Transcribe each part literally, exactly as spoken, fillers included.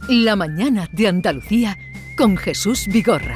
La mañana de Andalucía con Jesús Vigorra.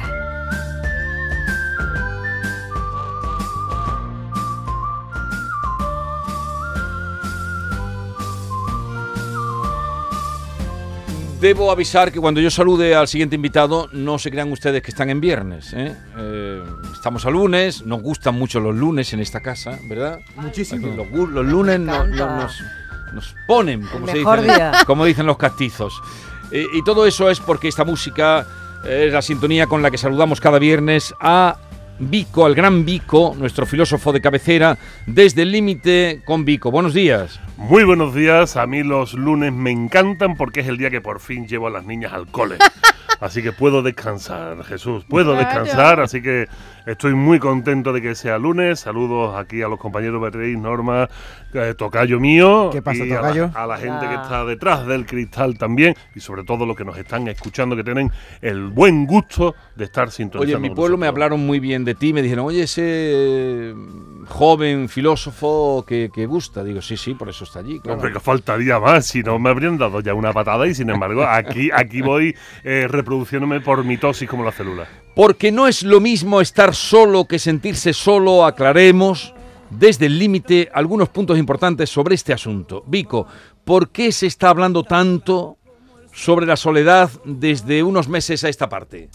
Debo avisar que cuando yo salude al siguiente invitado, no se crean ustedes que están en viernes, ¿eh? Eh, estamos a lunes, nos gustan mucho los lunes en esta casa, ¿verdad? Muchísimo. Los, los lunes no, no, nos, nos ponen, como, se mejor dicen, día. como dicen los castizos. Eh, y todo eso es porque esta música es la sintonía con la que saludamos cada viernes a Vico, al gran Vico, nuestro filósofo de cabecera, desde el límite con Vico. Buenos días. Muy buenos días. A mí los lunes me encantan porque es el día que por fin llevo a las niñas al cole. Así que puedo descansar, Jesús, puedo Claro. descansar, así que estoy muy contento de que sea lunes. Saludos aquí a los compañeros Beatriz, Norma, eh, tocayo mío. ¿Qué pasa, y a la- tocayo? A la, gente Hola. que está detrás del cristal también, y sobre todo los que nos están escuchando, que tienen el buen gusto de estar sintonizando. Oye, en mi con pueblo me nosotros. hablaron muy bien de ti, me dijeron, oye, ese eh, joven filósofo que, que gusta. Digo, sí, sí, por eso está allí, claro. Hombre, que faltaría más, si no me habrían dado ya una patada y sin embargo aquí, aquí voy eh, reproduciéndome por mitosis como la célula. Porque no es lo mismo estar solo que sentirse solo, aclaremos desde el límite algunos puntos importantes sobre este asunto. Vico, ¿por qué se está hablando tanto sobre la soledad desde unos meses a esta parte?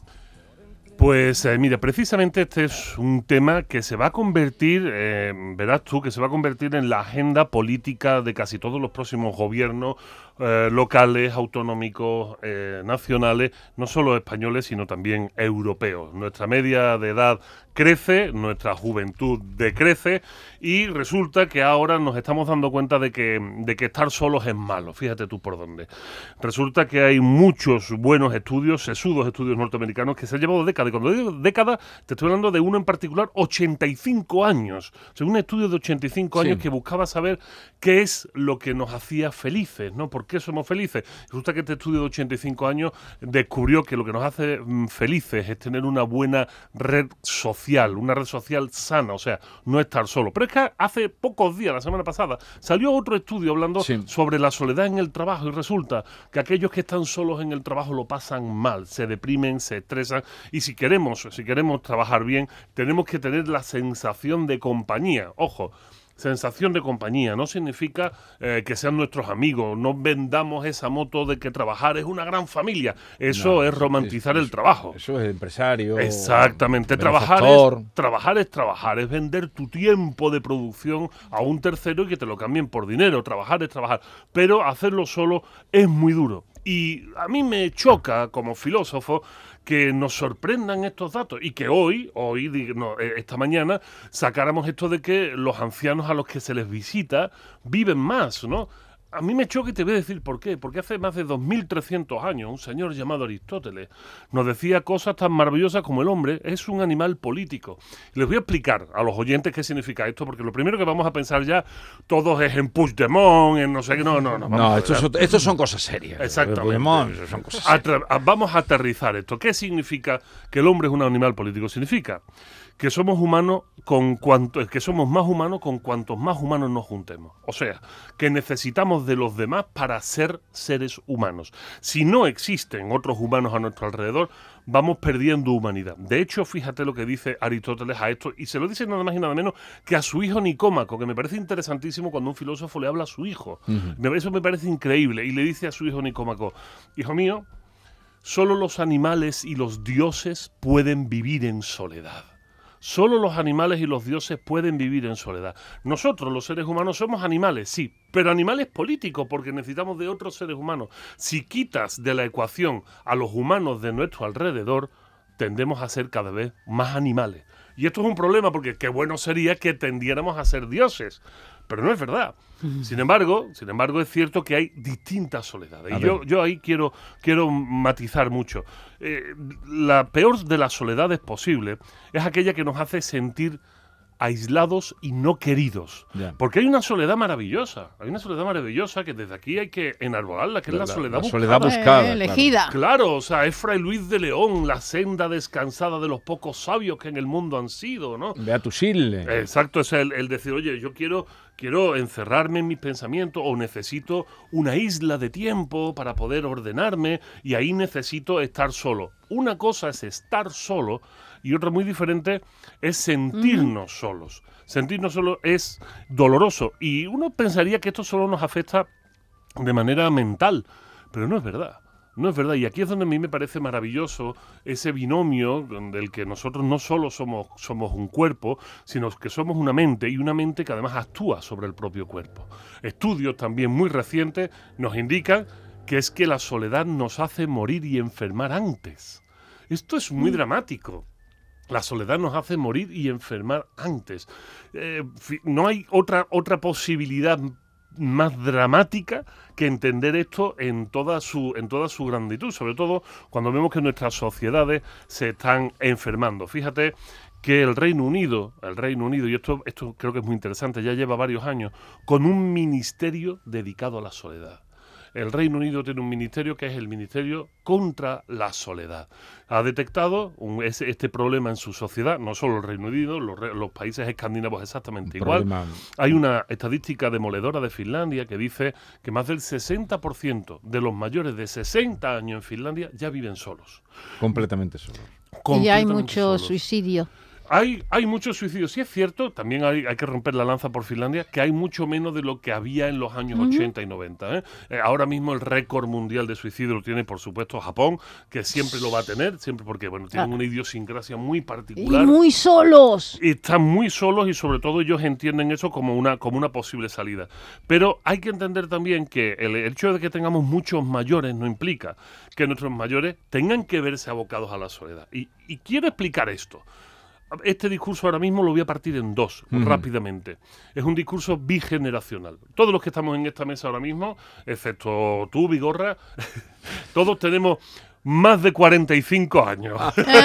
Pues eh, mira, precisamente este es un tema que se va a convertir, eh, verás tú, que se va a convertir en la agenda política de casi todos los próximos gobiernos eh, locales, autonómicos, eh, nacionales, no solo españoles, sino también europeos. Nuestra media de edad crece, nuestra juventud decrece y resulta que ahora nos estamos dando cuenta de que, de que estar solos es malo. Fíjate tú por dónde. Resulta que hay muchos buenos estudios, sesudos estudios norteamericanos que se han llevado décadas. Y cuando digo décadas, te estoy hablando de uno en particular, ochenta y cinco años. O sea, un estudio de ochenta y cinco Sí. años que buscaba saber qué es lo que nos hacía felices, ¿no? ¿Por qué somos felices? Resulta que este estudio de ochenta y cinco años descubrió que lo que nos hace mm, felices es tener una buena red social, una red social sana, o sea, no estar solo. Pero es que hace pocos días, la semana pasada, salió otro estudio hablando Sí. sobre la soledad en el trabajo y resulta que aquellos que están solos en el trabajo lo pasan mal, se deprimen, se estresan y si queremos, si queremos trabajar bien, tenemos que tener la sensación de compañía. Ojo, sensación de compañía no significa eh, que sean nuestros amigos, no vendamos esa moto de que trabajar es una gran familia. Eso No, es romantizar eso- el trabajo. Eso es empresario. Exactamente, trabajar benefactor. es, trabajar es trabajar, es vender tu tiempo de producción a un tercero y que te lo cambien por dinero. Trabajar es trabajar, pero hacerlo solo es muy duro. Y a mí me choca como filósofo que nos sorprendan estos datos y que hoy, hoy di- no, eh, esta mañana, sacáramos esto de que los ancianos a los que se les visita viven más, ¿no? A mí me choca y te voy a decir por qué. Porque hace más de dos mil trescientos años un señor llamado Aristóteles nos decía cosas tan maravillosas como el hombre es un animal político. Y les voy a explicar a los oyentes qué significa esto, porque lo primero que vamos a pensar ya todos es en Puigdemont, en no sé qué. No, no, no. vamos No, a estos ver. son, estos son cosas serias. Exactamente. Puigdemont, eso son cosas serias. Atra- a- vamos a aterrizar esto. ¿Qué significa que el hombre es un animal político? Significa que somos humanos con cuanto, que somos más humanos con cuantos más humanos nos juntemos. O sea, que necesitamos de los demás para ser seres humanos. Si no existen otros humanos a nuestro alrededor, vamos perdiendo humanidad. De hecho, fíjate lo que dice Aristóteles a esto, y se lo dice nada más y nada menos que a su hijo Nicómaco, que me parece interesantísimo cuando un filósofo le habla a su hijo. Me- Eso me parece increíble. Y le dice a su hijo Nicómaco, hijo mío, solo los animales y los dioses pueden vivir en soledad. Solo los animales y los dioses pueden vivir en soledad. Nosotros, los seres humanos, somos animales, sí, pero animales políticos, porque necesitamos de otros seres humanos. Si quitas de la ecuación a los humanos de nuestro alrededor, tendemos a ser cada vez más animales. Y esto es un problema, porque qué bueno sería que tendiéramos a ser dioses. Pero no es verdad. Sin embargo, sin embargo, es cierto que hay distintas soledades. A Y yo, ver. yo ahí quiero, quiero matizar mucho. Eh, la peor de las soledades posibles es aquella que nos hace sentir aislados y no queridos. Ya. Porque hay una soledad maravillosa. Hay una soledad maravillosa que desde aquí hay que enarbolarla, que es la, La- soledad la buscada. soledad buscada. Eh, elegida. Claro, o sea, es Fray Luis de León, la senda descansada de los pocos sabios que en el mundo han sido, ¿no? Beatus Ille. Exacto, es el, el decir, oye, yo quiero, quiero encerrarme en mis pensamientos o necesito una isla de tiempo para poder ordenarme y ahí necesito estar solo. Una cosa es estar solo y otra muy diferente es sentirnos uh-huh. solos. Sentirnos solos es doloroso y uno pensaría que esto solo nos afecta de manera mental, pero no es verdad. No es verdad, y aquí es donde a mí me parece maravilloso ese binomio del que nosotros no solo somos, somos un cuerpo, sino que somos una mente, y una mente que además actúa sobre el propio cuerpo. Estudios también muy recientes nos indican que es que la soledad nos hace morir y enfermar antes. Esto es muy mm. dramático. La soledad nos hace morir y enfermar antes. Eh, no hay otra, otra posibilidad más dramática que entender esto en toda su en toda su grandiosidad, sobre todo cuando vemos que nuestras sociedades se están enfermando. Fíjate que el Reino Unido, el Reino Unido, y esto, esto creo que es muy interesante, ya lleva varios años con un ministerio dedicado a la soledad. El Reino Unido tiene un ministerio que es el Ministerio contra la Soledad. Ha detectado un, ese, este problema en su sociedad, no solo el Reino Unido, los, los países escandinavos exactamente igual. Problema. Hay una estadística demoledora de Finlandia que dice que más del sesenta por ciento de los mayores de sesenta años en Finlandia ya viven solos. Completamente solos. Y hay mucho suicidio. Hay, hay muchos suicidios, sí es cierto, también hay, hay que romper la lanza por Finlandia, que hay mucho menos de lo que había en los años uh-huh. ochenta y noventa. ¿eh? Eh, ahora mismo el récord mundial de suicidio lo tiene, por supuesto, Japón, que siempre lo va a tener, siempre porque bueno tienen ah. una idiosincrasia muy particular. Y muy solos. Y están muy solos y sobre todo ellos entienden eso como una, como una posible salida. Pero hay que entender también que el hecho de que tengamos muchos mayores no implica que nuestros mayores tengan que verse abocados a la soledad. Y, y quiero explicar esto. Este discurso ahora mismo lo voy a partir en dos, uh-huh. rápidamente. Es un discurso bigeneracional. Todos los que estamos en esta mesa ahora mismo, excepto tú, Vigorra, todos tenemos más de cuarenta y cinco años.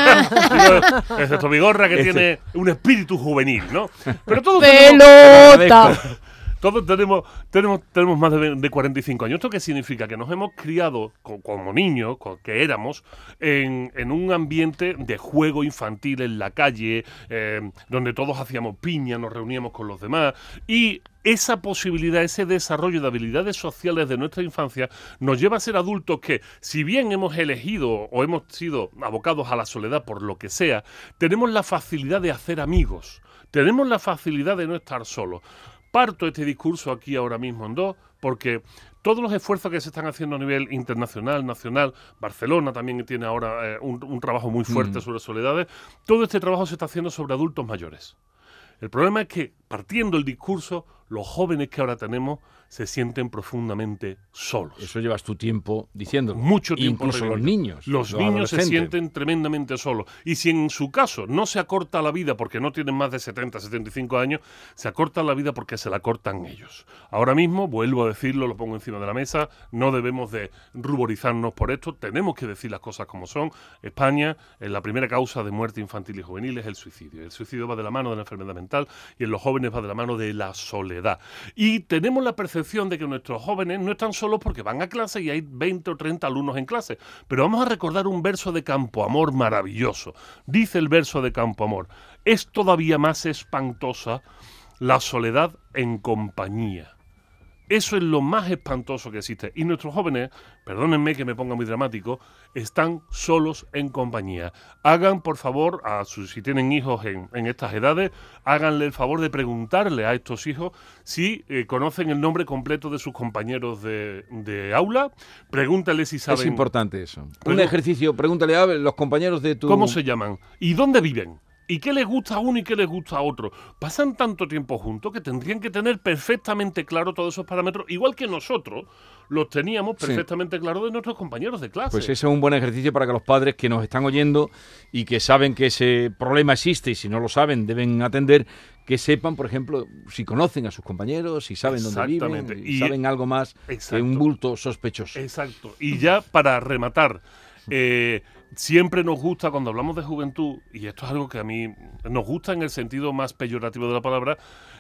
Excepto Vigorra, que este. tiene un espíritu juvenil, ¿no? Pero todos ¡pelota! Tenemos, todos tenemos, tenemos, tenemos más de, de cuarenta y cinco años. ¿Esto qué significa? Que nos hemos criado co- como niños, co- que éramos, en, en un ambiente de juego infantil en la calle, eh, donde todos hacíamos piña, nos reuníamos con los demás, y esa posibilidad, ese desarrollo de habilidades sociales de nuestra infancia nos lleva a ser adultos que, si bien hemos elegido o hemos sido abocados a la soledad por lo que sea, tenemos la facilidad de hacer amigos, tenemos la facilidad de no estar solos. Parto este discurso aquí ahora mismo en dos, porque todos los esfuerzos que se están haciendo a nivel internacional, nacional, Barcelona también tiene ahora eh, un, un trabajo muy fuerte mm. sobre soledades, todo este trabajo se está haciendo sobre adultos mayores. El problema es que, partiendo el discurso, los jóvenes que ahora tenemos se sienten profundamente solos. Eso llevas tu tiempo diciéndolo. Mucho tiempo. Incluso los niños. Los, los niños se sienten tremendamente solos. Y si en su caso no se acorta la vida porque no tienen más de setenta, setenta y cinco años, se acorta la vida porque se la cortan ellos. Ahora mismo, vuelvo a decirlo, lo pongo encima de la mesa, no debemos de ruborizarnos por esto, tenemos que decir las cosas como son. España, en la primera causa de muerte infantil y juvenil es el suicidio. El suicidio va de la mano de la enfermedad mental y en los jóvenes va de la mano de la soledad. Y tenemos la percepción de que nuestros jóvenes no están solos porque van a clase y hay veinte o treinta alumnos en clase. Pero vamos a recordar un verso de Campoamor maravilloso. Dice el verso de Campoamor: es todavía más espantosa la soledad en compañía. Eso es lo más espantoso que existe. Y nuestros jóvenes, perdónenme que me ponga muy dramático, están solos en compañía. Hagan, por favor, a sus, si tienen hijos en, en estas edades, háganle el favor de preguntarle a estos hijos si eh, conocen el nombre completo de sus compañeros de, de aula. Pregúntale si saben... Es importante eso. Pero, un ejercicio, pregúntale a los compañeros de tu... ¿Cómo se llaman? ¿Y dónde viven? ¿Y qué les gusta a uno y qué les gusta a otro? Pasan tanto tiempo juntos que tendrían que tener perfectamente claro todos esos parámetros, igual que nosotros los teníamos perfectamente sí. claros de nuestros compañeros de clase. Pues ese es un buen ejercicio para que los padres que nos están oyendo y que saben que ese problema existe y si no lo saben deben atender, que sepan, por ejemplo, si conocen a sus compañeros, si saben dónde viven, y saben algo más exacto. que un bulto sospechoso. Exacto. Y ya para rematar... Eh, siempre nos gusta cuando hablamos de juventud, y esto es algo que a mí nos gusta en el sentido más peyorativo de la palabra,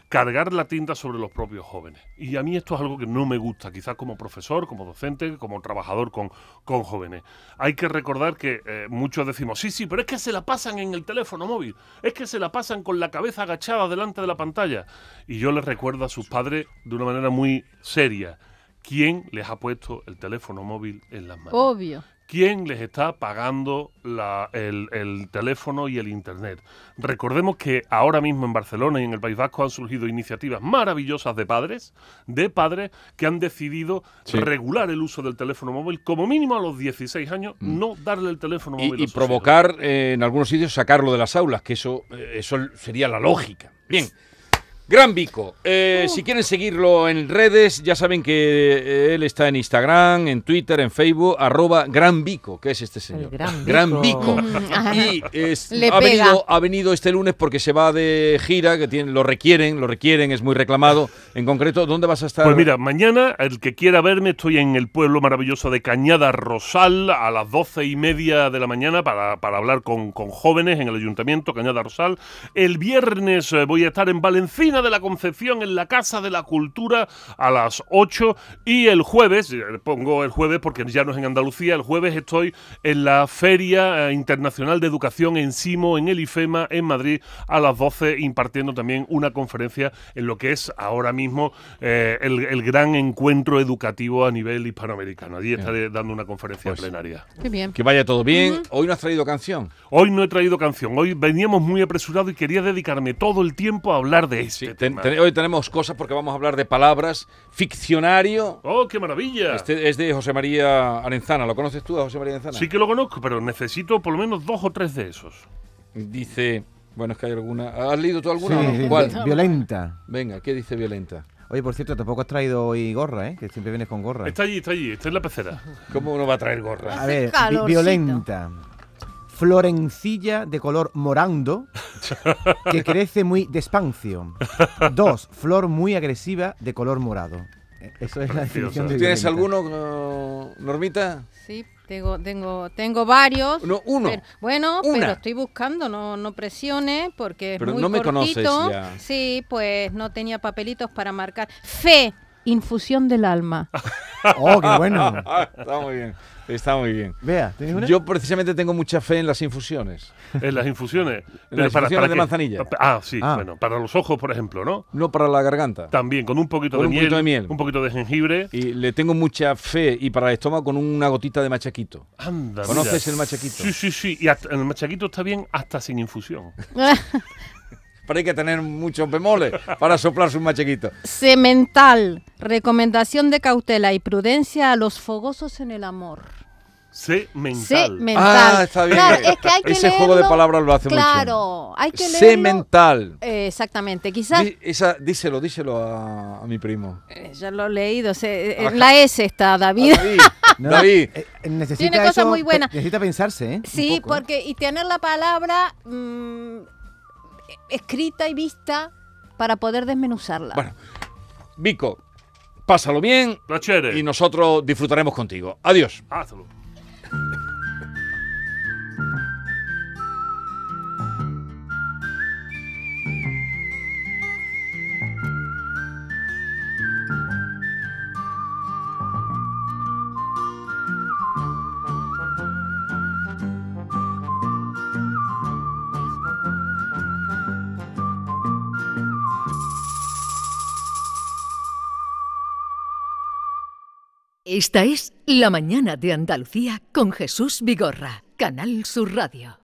cargar la tinta sobre los propios jóvenes. Y a mí esto es algo que no me gusta, quizás como profesor, como docente, como trabajador con, con jóvenes. Hay que recordar que eh, muchos decimos, sí, sí, pero es que se la pasan en el teléfono móvil, es que se la pasan con la cabeza agachada delante de la pantalla. Y yo les recuerdo a sus padres de una manera muy seria, ¿quién les ha puesto el teléfono móvil en las manos? Obvio. ¿Quién les está pagando la, el, el teléfono y el internet? Recordemos que ahora mismo en Barcelona y en el País Vasco han surgido iniciativas maravillosas de padres, de padres que han decidido Sí. regular el uso del teléfono móvil, como mínimo a los dieciséis años, Mm. no darle el teléfono móvil Y, a y sus provocar eh, en algunos sitios sacarlo de las aulas, que eso, eh, eso sería la lógica. Bien. Gran Vico, eh, Uh. si quieren seguirlo en redes, ya saben que eh, él está en Instagram, en Twitter, en Facebook, arroba Gran Vico, que es este señor. El Gran Vico. Vico. Mm, ajá. Y es- Le ha, pega. venido, ha venido este lunes porque se va de gira, que tiene, lo requieren, lo requieren, es muy reclamado. En concreto, ¿dónde vas a estar? Pues mira, mañana, el que quiera verme, estoy en el pueblo maravilloso de Cañada Rosal a las doce y media de la mañana para, para hablar con, con jóvenes en el Ayuntamiento, Cañada Rosal. El viernes eh, voy a estar en Valencina de la Concepción, en la Casa de la Cultura, a las ocho. Y el jueves, eh, pongo el jueves porque ya no es en Andalucía, el jueves estoy en la Feria eh, Internacional de Educación en Simo, en el IFEMA, en Madrid, a las doce, impartiendo también una conferencia en lo que es ahora mismo eh, el, el gran encuentro educativo a nivel hispanoamericano. Allí estaré dando una conferencia Pues, plenaria. Qué bien. Que vaya todo bien. Hoy no has traído canción. Hoy no he traído canción, hoy veníamos muy apresurados y quería dedicarme todo el tiempo a hablar de este Sí, ten- tema. ten- hoy tenemos cosas porque vamos a hablar de palabras. Ficcionario. ¡Oh, qué maravilla! Este es de José María Arenzana. ¿Lo conoces tú a José María Arenzana? Sí que lo conozco, pero necesito por lo menos dos o tres de esos. Dice, bueno, es que hay alguna. ¿Has leído tú alguna? o no? Sí, ¿Cuál? violenta. Venga, ¿qué dice Violenta? Oye, por cierto, tampoco has traído hoy gorra, ¿eh? Que siempre vienes con gorra. Está allí, está allí, está en la pecera. ¿Cómo uno va a traer gorra? A Hace ver, vi- calorcito. violenta. Florencilla de color morando que crece muy despacio. Dos, flor muy agresiva de color morado. Eh, Eso es la definición de ¿Tienes violenta. alguno, uh, Normita? Sí, tengo, tengo, tengo varios. No, uno. Pero- bueno, Una. pero estoy buscando, no, no presiones porque es Pero muy no me cortito. conoces ya. Sí, pues no tenía papelitos para marcar. Fe, infusión del alma. Oh, qué bueno. Ah, está muy bien, está muy bien. Vea, ¿tienes una? Yo precisamente tengo mucha fe en las infusiones. En las infusiones. En las Pero infusiones de qué? manzanilla. Ah, sí, Ah. bueno, para los ojos, por ejemplo, ¿no? No para la garganta. También, con un poquito, Con de, un miel, poquito de miel. un poquito de jengibre. Y le tengo mucha fe. Y para el estómago con una gotita de machaquito. Anda, ¿Conoces mira. el machaquito? Sí, sí, sí. Y hasta- el machaquito está bien hasta sin infusión. Pero hay que tener muchos bemoles para soplarse un machaquito. Semental, recomendación de cautela y prudencia a los fogosos en el amor. Sé mental. Semental. Ah, está bien. Claro, es que hay que Ese juego de leerlo- palabras lo hace mucho. Claro, hay que leerlo. Semental. Eh, exactamente, quizás Di- esa, díselo, díselo a, a mi primo. eh, ya lo he leído. se- eh, Ajá. la S está, David. A David. No, David. eh, eh, necesita Tiene cosas eso muy buenas. pe- necesita pensarse, ¿eh? Un Sí, poco, ¿eh? porque y tener la palabra mm, escrita y vista para poder desmenuzarla. Bueno, Vico, pásalo bien Placere. y nosotros disfrutaremos contigo. Adiós. Hazlo. Esta es La Mañana de Andalucía con Jesús Vigorra, Canal Sur Radio.